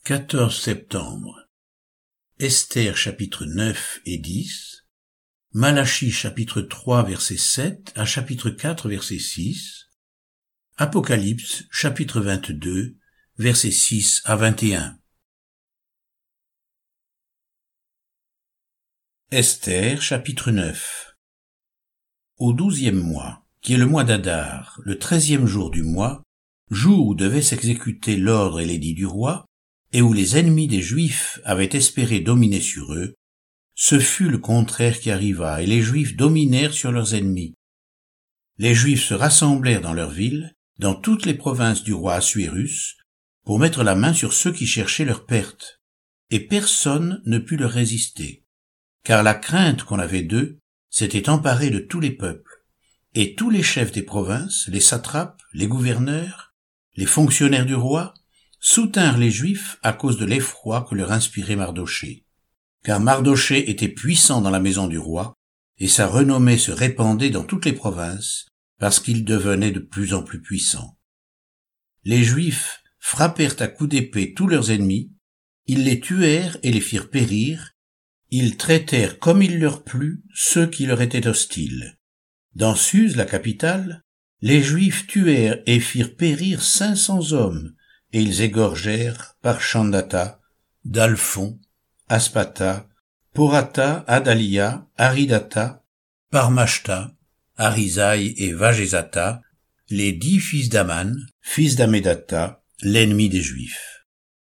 14 septembre. Esther chapitre 9 et 10. Malachie chapitre 3 verset 7 à chapitre 4 verset 6. Apocalypse chapitre 22 verset 6 à 21. Esther chapitre 9. Au 12e mois, qui est le mois d'Adar, le 13e jour du mois, jour où devait s'exécuter l'ordre et l'édit du roi, et où les ennemis des Juifs avaient espéré dominer sur eux, ce fut le contraire qui arriva, et les Juifs dominèrent sur leurs ennemis. Les Juifs se rassemblèrent dans leur ville, dans toutes les provinces du roi Assuérus, pour mettre la main sur ceux qui cherchaient leur perte, et personne ne put leur résister, car la crainte qu'on avait d'eux s'était emparée de tous les peuples, et tous les chefs des provinces, les satrapes, les gouverneurs, les fonctionnaires du roi, soutinrent les Juifs à cause de l'effroi que leur inspirait Mardochée. Car Mardochée était puissant dans la maison du roi, et sa renommée se répandait dans toutes les provinces, parce qu'il devenait de plus en plus puissant. Les Juifs frappèrent à coups d'épée tous leurs ennemis, ils les tuèrent et les firent périr, ils traitèrent comme il leur plut ceux qui leur étaient hostiles. Dans Suse, la capitale, les Juifs tuèrent et firent périr 500 hommes, et ils égorgèrent Parchandata, Dalphon, Aspata, Porata, Adalia, Aridata, Parmashta, Arisaï et Vagezata, les 10 fils d'Aman, fils d'Amédata, l'ennemi des Juifs.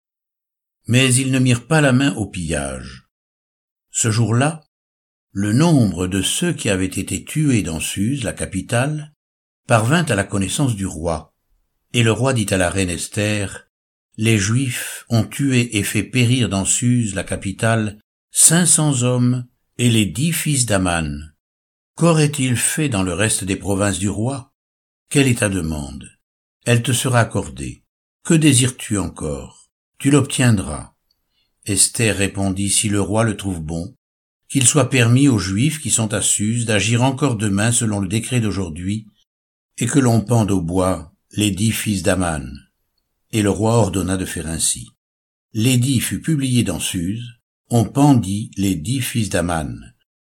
Mais ils ne mirent pas la main au pillage. Ce jour-là, le nombre de ceux qui avaient été tués dans Suse, la capitale, parvint à la connaissance du roi. Et le roi dit à la reine Esther, « Les Juifs ont tué et fait périr dans Suse, la capitale, 500 hommes et les 10 fils d'Aman. Qu'aurait-il fait dans le reste des provinces du roi? Quelle est ta demande? Elle te sera accordée. Que désires-tu encore? Tu l'obtiendras. » Esther répondit, « Si le roi le trouve bon, qu'il soit permis aux Juifs qui sont à Suse d'agir encore demain selon le décret d'aujourd'hui, et que l'on pende au bois les 10 fils d'Aman. » Et le roi ordonna de faire ainsi. L'édit fut publié dans Suse, on pendit les 10 fils d'Aman.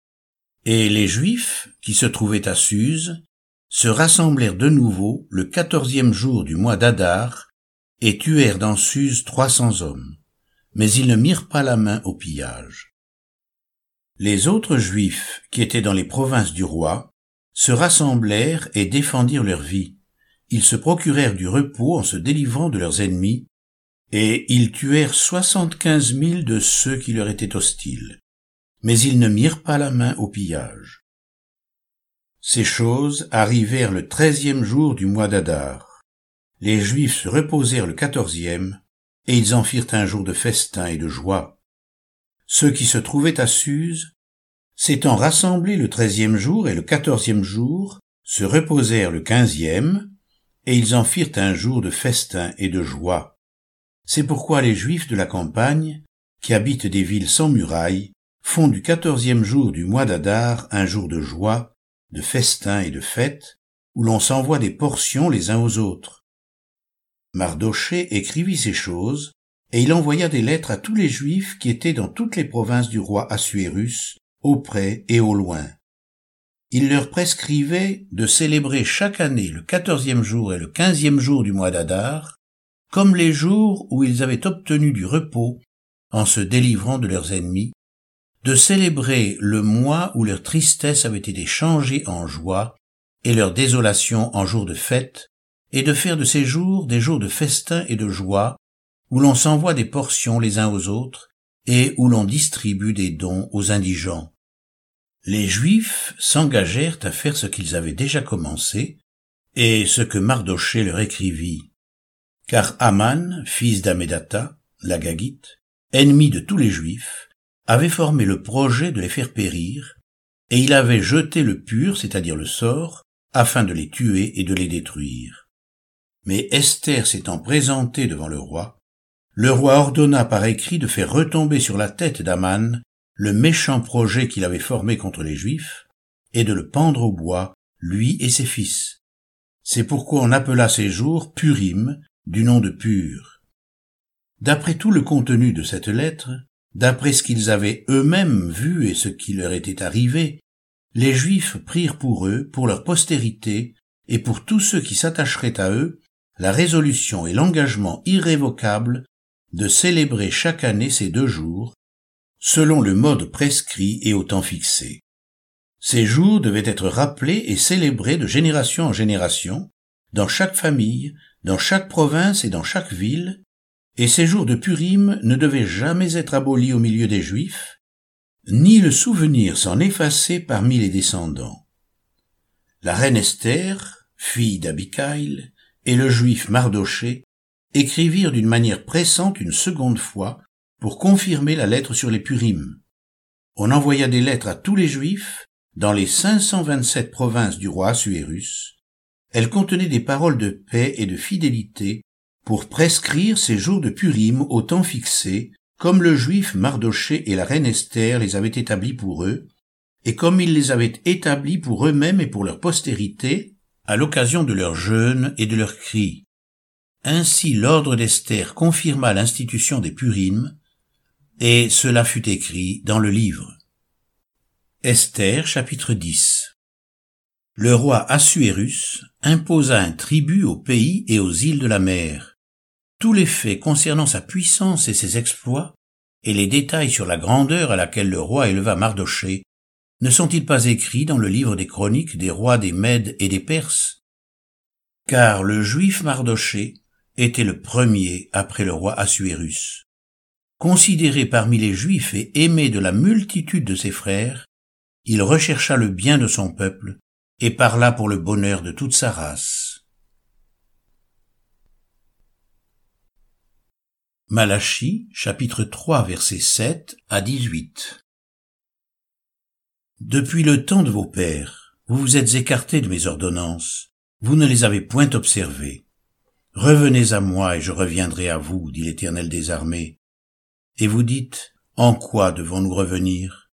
Et les Juifs, qui se trouvaient à Suse, se rassemblèrent de nouveau le 14e jour du mois d'Adar, et tuèrent dans Suse 300 hommes. Mais ils ne mirent pas la main au pillage. Les autres Juifs, qui étaient dans les provinces du roi, se rassemblèrent et défendirent leur vie. Ils se procurèrent du repos en se délivrant de leurs ennemis, et ils tuèrent 75 000 de ceux qui leur étaient hostiles. Mais ils ne mirent pas la main au pillage. Ces choses arrivèrent le 13e jour du mois d'Adar. Les Juifs se reposèrent le 14e, et ils en firent un jour de festin et de joie. Ceux qui se trouvaient à Suse, s'étant rassemblés le 13e jour et le 14e jour, se reposèrent le 15e, et ils en firent un jour de festin et de joie. C'est pourquoi les Juifs de la campagne, qui habitent des villes sans murailles, font du 14e jour du mois d'Adar un jour de joie, de festin et de fête, où l'on s'envoie des portions les uns aux autres. Mardochée écrivit ces choses, et il envoya des lettres à tous les Juifs qui étaient dans toutes les provinces du roi Assuérus, au près et au loin. Il leur prescrivait de célébrer chaque année le 14e jour et le 15e jour du mois d'Adar, comme les jours où ils avaient obtenu du repos en se délivrant de leurs ennemis, de célébrer le mois où leur tristesse avait été changée en joie et leur désolation en jours de fête, et de faire de ces jours des jours de festin et de joie, où l'on s'envoie des portions les uns aux autres, et où l'on distribue des dons aux indigents. Les Juifs s'engagèrent à faire ce qu'ils avaient déjà commencé, et ce que Mardochée leur écrivit. Car Aman, fils d'Amédata, l'Agagite, ennemi de tous les Juifs, avait formé le projet de les faire périr, et il avait jeté le pur, c'est-à-dire le sort, afin de les tuer et de les détruire. Mais Esther s'étant présentée devant le roi ordonna par écrit de faire retomber sur la tête d'Aman le méchant projet qu'il avait formé contre les Juifs, et de le pendre au bois, lui et ses fils. C'est pourquoi on appela ces jours Purim, du nom de Pur. D'après tout le contenu de cette lettre, d'après ce qu'ils avaient eux-mêmes vu et ce qui leur était arrivé, les Juifs prirent pour eux, pour leur postérité et pour tous ceux qui s'attacheraient à eux, la résolution et l'engagement irrévocable de célébrer chaque année ces 2 jours, selon le mode prescrit et au temps fixé. Ces jours devaient être rappelés et célébrés de génération en génération, dans chaque famille, dans chaque province et dans chaque ville, et ces jours de Purim ne devaient jamais être abolis au milieu des Juifs, ni le souvenir s'en effacer parmi les descendants. La reine Esther, fille d'Abicaïl, et le Juif Mardochée écrivirent d'une manière pressante une seconde fois pour confirmer la lettre sur les Purim. On envoya des lettres à tous les Juifs dans les 527 provinces du roi Assuérus. Elles contenaient des paroles de paix et de fidélité pour prescrire ces jours de Purim au temps fixé, comme le Juif Mardochée et la reine Esther les avaient établis pour eux, et comme ils les avaient établis pour eux-mêmes et pour leur postérité, à l'occasion de leurs jeûnes et de leurs cris. Ainsi l'ordre d'Esther confirma l'institution des Purim, et cela fut écrit dans le livre. Esther, chapitre 10. Le roi Assuérus imposa un tribut au pays et aux îles de la mer. Tous les faits concernant sa puissance et ses exploits, et les détails sur la grandeur à laquelle le roi éleva Mardochée, ne sont-ils pas écrits dans le livre des chroniques des rois des Mèdes et des Perses? Car le Juif Mardochée était le premier après le roi Assuérus. Considéré parmi les Juifs et aimé de la multitude de ses frères, il rechercha le bien de son peuple et parla pour le bonheur de toute sa race. Malachie, chapitre 3, versets 7 à 18. Depuis le temps de vos pères, vous vous êtes écartés de mes ordonnances, vous ne les avez point observées. Revenez à moi et je reviendrai à vous, dit l'Éternel des armées. Et vous dites, en quoi devons-nous revenir?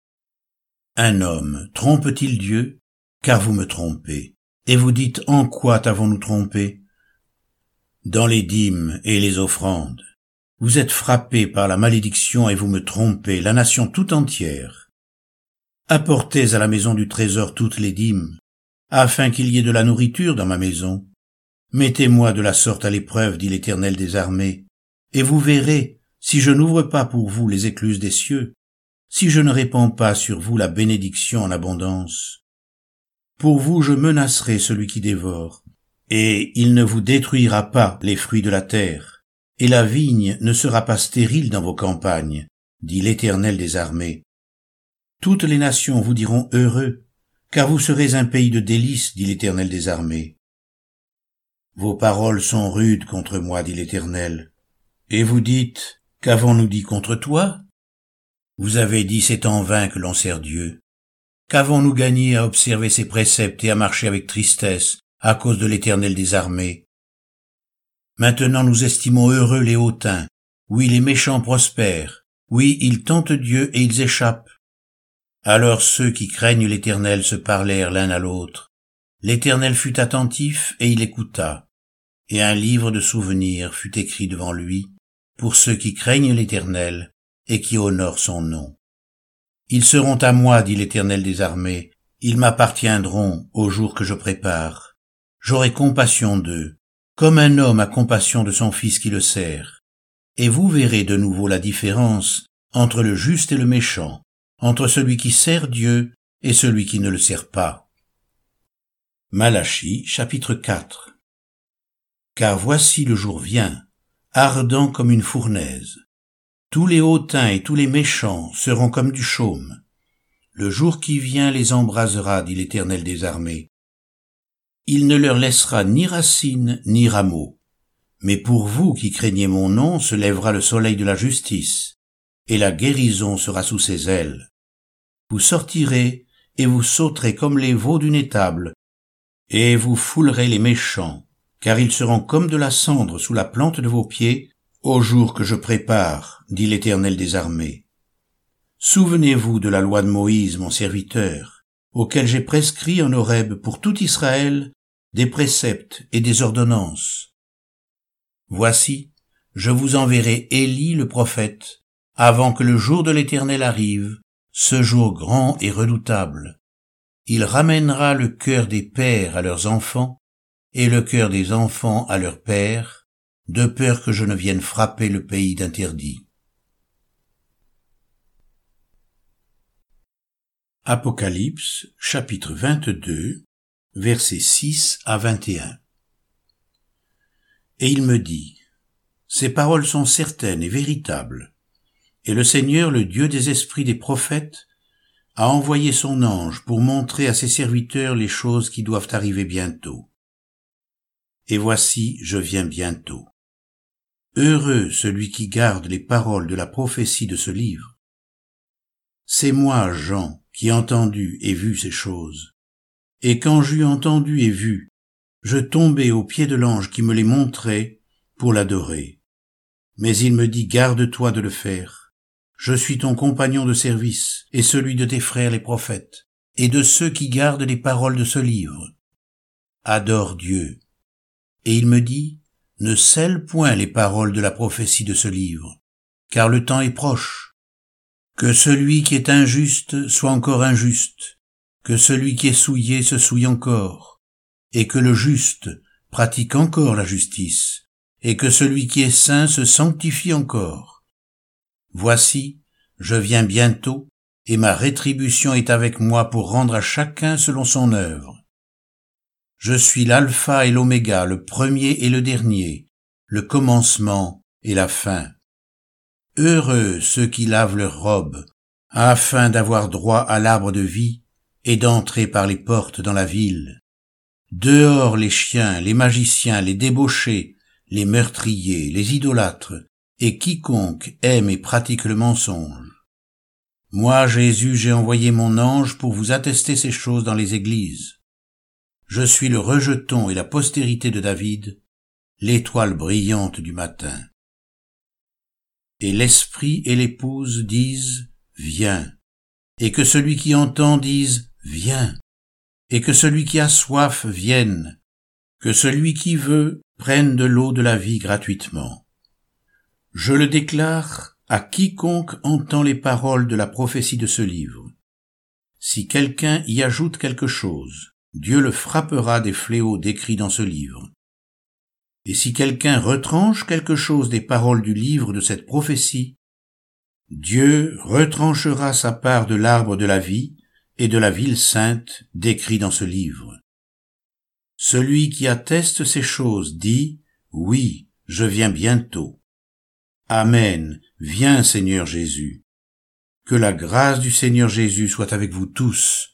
Un homme trompe-t-il Dieu? Car vous me trompez. Et vous dites, en quoi t'avons-nous trompé? Dans les dîmes et les offrandes. Vous êtes frappés par la malédiction et vous me trompez, la nation tout entière. Apportez à la maison du trésor toutes les dîmes, afin qu'il y ait de la nourriture dans ma maison. Mettez-moi de la sorte à l'épreuve, dit l'Éternel des armées, et vous verrez, si je n'ouvre pas pour vous les écluses des cieux, si je ne répands pas sur vous la bénédiction en abondance. Pour vous je menacerai celui qui dévore, et il ne vous détruira pas les fruits de la terre, et la vigne ne sera pas stérile dans vos campagnes, dit l'Éternel des armées. Toutes les nations vous diront heureux, car vous serez un pays de délices, dit l'Éternel des armées. Vos paroles sont rudes contre moi, dit l'Éternel. Et vous dites, qu'avons-nous dit contre toi? Vous avez dit, c'est en vain que l'on sert Dieu. Qu'avons-nous gagné à observer ses préceptes et à marcher avec tristesse à cause de l'Éternel des armées? Maintenant nous estimons heureux les hautains. Oui, les méchants prospèrent. Oui, ils tentent Dieu et ils échappent. Alors ceux qui craignent l'Éternel se parlèrent l'un à l'autre. L'Éternel fut attentif et il écouta. Et un livre de souvenirs fut écrit devant lui pour ceux qui craignent l'Éternel et qui honorent son nom. Ils seront à moi, dit l'Éternel des armées, ils m'appartiendront au jour que je prépare. J'aurai compassion d'eux, comme un homme a compassion de son fils qui le sert. Et vous verrez de nouveau la différence entre le juste et le méchant, entre celui qui sert Dieu et celui qui ne le sert pas. Malachie, chapitre 4. Car voici le jour vient, ardent comme une fournaise. Tous les hautains et tous les méchants seront comme du chaume. Le jour qui vient les embrasera, dit l'Éternel des armées. Il ne leur laissera ni racines ni rameaux. Mais pour vous qui craignez mon nom se lèvera le soleil de la justice, et la guérison sera sous ses ailes. Vous sortirez et vous sauterez comme les veaux d'une étable, et vous foulerez les méchants, car ils seront comme de la cendre sous la plante de vos pieds, au jour que je prépare, dit l'Éternel des armées. Souvenez-vous de la loi de Moïse, mon serviteur, auquel j'ai prescrit en Horeb pour tout Israël des préceptes et des ordonnances. Voici, je vous enverrai Élie le prophète, avant que le jour de l'Éternel arrive, ce jour grand et redoutable. Il ramènera le cœur des pères à leurs enfants, et le cœur des enfants à leurs pères, de peur que je ne vienne frapper le pays d'interdit. Apocalypse, chapitre 22, versets 6 à 21. Et il me dit, ces paroles sont certaines et véritables, et le Seigneur, le Dieu des esprits des prophètes, a envoyé son ange pour montrer à ses serviteurs les choses qui doivent arriver bientôt. Et voici, je viens bientôt. Heureux celui qui garde les paroles de la prophétie de ce livre. C'est moi, Jean, qui ai entendu et vu ces choses. Et quand j'eus entendu et vu, je tombai aux pieds de l'ange qui me les montrait pour l'adorer. Mais il me dit, garde-toi de le faire. Je suis ton compagnon de service et celui de tes frères les prophètes et de ceux qui gardent les paroles de ce livre. Adore Dieu. Et il me dit, ne scelle point les paroles de la prophétie de ce livre, car le temps est proche. Que celui qui est injuste soit encore injuste, que celui qui est souillé se souille encore, et que le juste pratique encore la justice, et que celui qui est saint se sanctifie encore. Voici, je viens bientôt, et ma rétribution est avec moi pour rendre à chacun selon son œuvre. Je suis l'alpha et l'oméga, le premier et le dernier, le commencement et la fin. Heureux ceux qui lavent leurs robes, afin d'avoir droit à l'arbre de vie et d'entrer par les portes dans la ville. Dehors les chiens, les magiciens, les débauchés, les meurtriers, les idolâtres, et quiconque aime et pratique le mensonge. Moi, Jésus, j'ai envoyé mon ange pour vous attester ces choses dans les églises. Je suis le rejeton et la postérité de David, l'étoile brillante du matin. Et l'esprit et l'épouse disent, viens, et que celui qui entend dise, viens, et que celui qui a soif vienne, que celui qui veut prenne de l'eau de la vie gratuitement. Je le déclare à quiconque entend les paroles de la prophétie de ce livre. Si quelqu'un y ajoute quelque chose, Dieu le frappera des fléaux décrits dans ce livre. Et si quelqu'un retranche quelque chose des paroles du livre de cette prophétie, Dieu retranchera sa part de l'arbre de la vie et de la ville sainte décrits dans ce livre. Celui qui atteste ces choses dit, oui, je viens bientôt. Amen, viens Seigneur Jésus. Que la grâce du Seigneur Jésus soit avec vous tous.